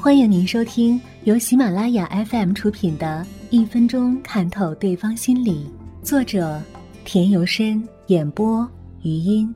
欢迎您收听由喜马拉雅 FM 出品的1分钟看透对方心理，作者田由深，演播余音。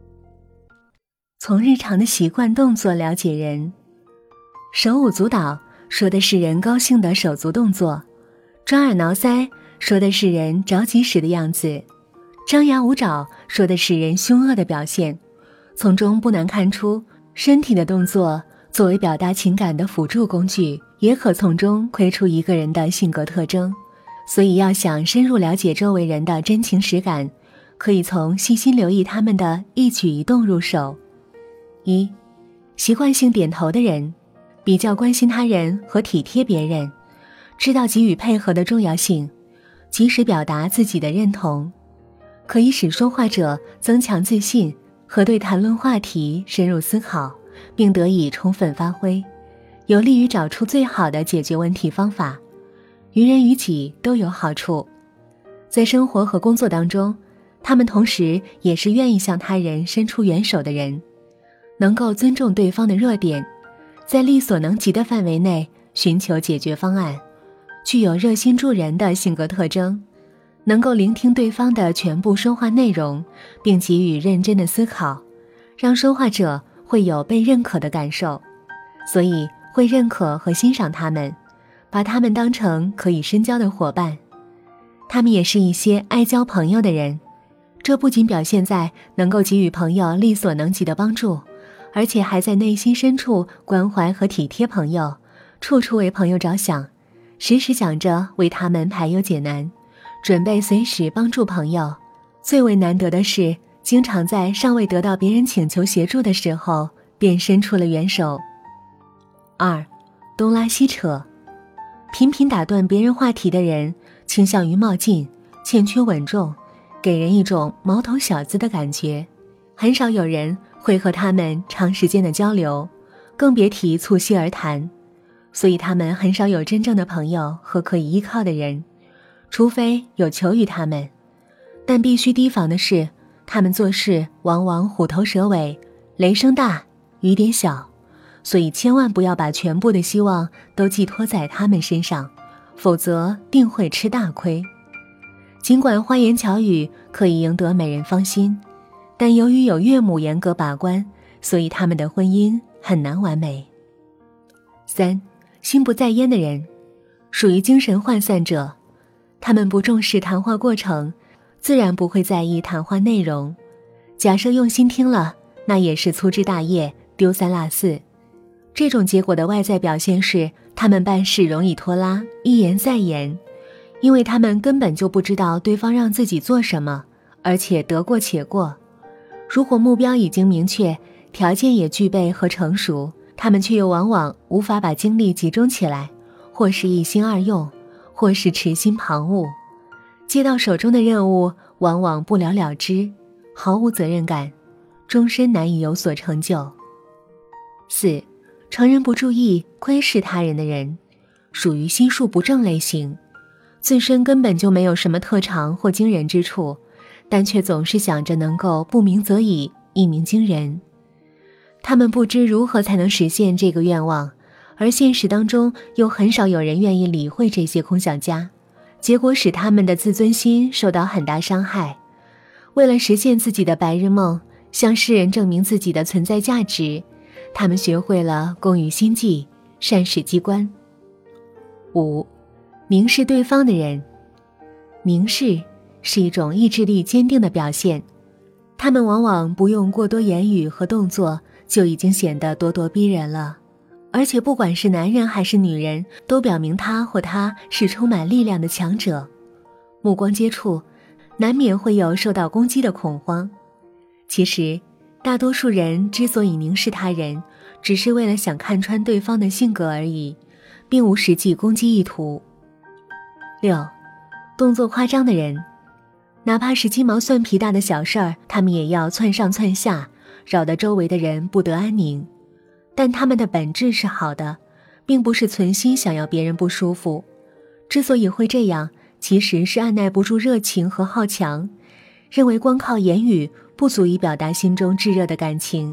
从日常的习惯动作了解人。手舞足蹈说的是人高兴的手足动作，抓耳挠腮说的是人着急时的样子，张牙舞爪说的是人凶恶的表现。从中不难看出，身体的动作作为表达情感的辅助工具，也可从中窥出一个人的性格特征。所以要想深入了解周围人的真情实感，可以从细心留意他们的一举一动入手。1. 习惯性点头的人，比较关心他人和体贴别人，知道给予配合的重要性，及时表达自己的认同，可以使说话者增强自信和对谈论话题深入思考，并得以充分发挥，有利于找出最好的解决问题方法，于人于己都有好处。在生活和工作当中，他们同时也是愿意向他人伸出援手的人，能够尊重对方的弱点，在力所能及的范围内寻求解决方案，具有热心助人的性格特征，能够聆听对方的全部说话内容，并给予认真的思考，让说话者会有被认可的感受，所以会认可和欣赏他们，把他们当成可以深交的伙伴。他们也是一些爱交朋友的人，这不仅表现在能够给予朋友力所能及的帮助，而且还在内心深处关怀和体贴朋友，处处为朋友着想，时时想着为他们排忧解难，准备随时帮助朋友。最为难得的是，经常在尚未得到别人请求协助的时候便伸出了援手。2. 东拉西扯，频频打断别人话题的人，倾向于冒进，欠缺稳重，给人一种毛头小子的感觉，很少有人会和他们长时间的交流，更别提促膝而谈，所以他们很少有真正的朋友和可以依靠的人，除非有求于他们。但必须提防的是，他们做事往往虎头蛇尾，雷声大雨点小，所以千万不要把全部的希望都寄托在他们身上，否则定会吃大亏。尽管花言巧语可以赢得美人芳心，但由于有岳母严格把关，所以他们的婚姻很难完美。3. 心不在焉的人，属于精神涣散者，他们不重视谈话过程，自然不会在意谈话内容，假设用心听了，那也是粗枝大叶，丢三落四。这种结果的外在表现是，他们办事容易拖拉，一言再言，因为他们根本就不知道对方让自己做什么，而且得过且过。如果目标已经明确，条件也具备和成熟，他们却又往往无法把精力集中起来，或是一心二用，或是痴心旁骛，接到手中的任务往往不了了之，毫无责任感，终身难以有所成就。4. 成人不注意窥视他人的人，属于心术不正类型，自身根本就没有什么特长或惊人之处，但却总是想着能够不鸣则已，一鸣惊人。他们不知如何才能实现这个愿望，而现实当中又很少有人愿意理会这些空想家，结果使他们的自尊心受到很大伤害。为了实现自己的白日梦，向世人证明自己的存在价值，他们学会了工于心计，善使机关。5. 凝视对方的人，凝视是一种意志力坚定的表现，他们往往不用过多言语和动作，就已经显得咄咄逼人了，而且不管是男人还是女人，都表明他或她是充满力量的强者。目光接触，难免会有受到攻击的恐慌。其实大多数人之所以凝视他人，只是为了想看穿对方的性格而已，并无实际攻击意图。6. 动作夸张的人，哪怕是鸡毛蒜皮大的小事儿，他们也要窜上窜下，扰得周围的人不得安宁。但他们的本质是好的，并不是存心想要别人不舒服。之所以会这样，其实是按耐不住热情和好强，认为光靠言语不足以表达心中炙热的感情，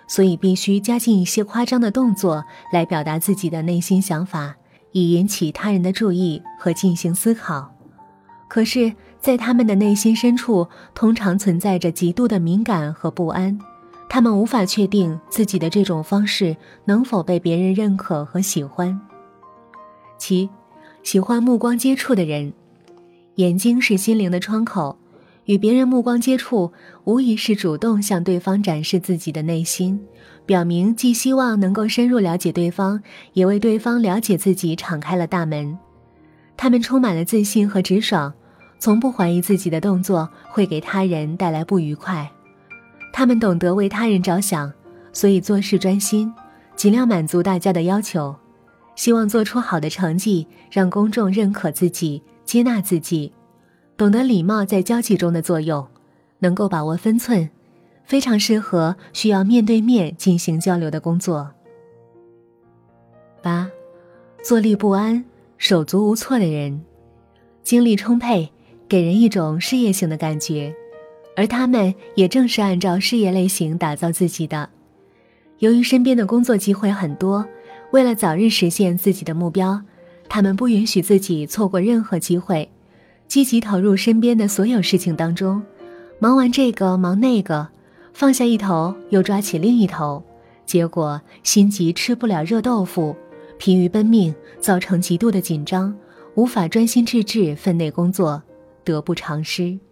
所以必须加进一些夸张的动作来表达自己的内心想法，以引起他人的注意和进行思考。可是在他们的内心深处，通常存在着极度的敏感和不安，他们无法确定自己的这种方式能否被别人认可和喜欢。七，喜欢目光接触的人。眼睛是心灵的窗口，与别人目光接触，无疑是主动向对方展示自己的内心，表明既希望能够深入了解对方，也为对方了解自己敞开了大门。他们充满了自信和直爽，从不怀疑自己的动作会给他人带来不愉快。他们懂得为他人着想，所以做事专心，尽量满足大家的要求，希望做出好的成绩，让公众认可自己，接纳自己，懂得礼貌在交际中的作用，能够把握分寸，非常适合需要面对面进行交流的工作。8. 坐立不安、手足无措的人。精力充沛，给人一种事业性的感觉，而他们也正是按照事业类型打造自己的。由于身边的工作机会很多，为了早日实现自己的目标，他们不允许自己错过任何机会，积极投入身边的所有事情当中，忙完这个忙那个，放下一头又抓起另一头，结果心急吃不了热豆腐，疲于奔命，造成极度的紧张，无法专心致志分内工作，得不偿失。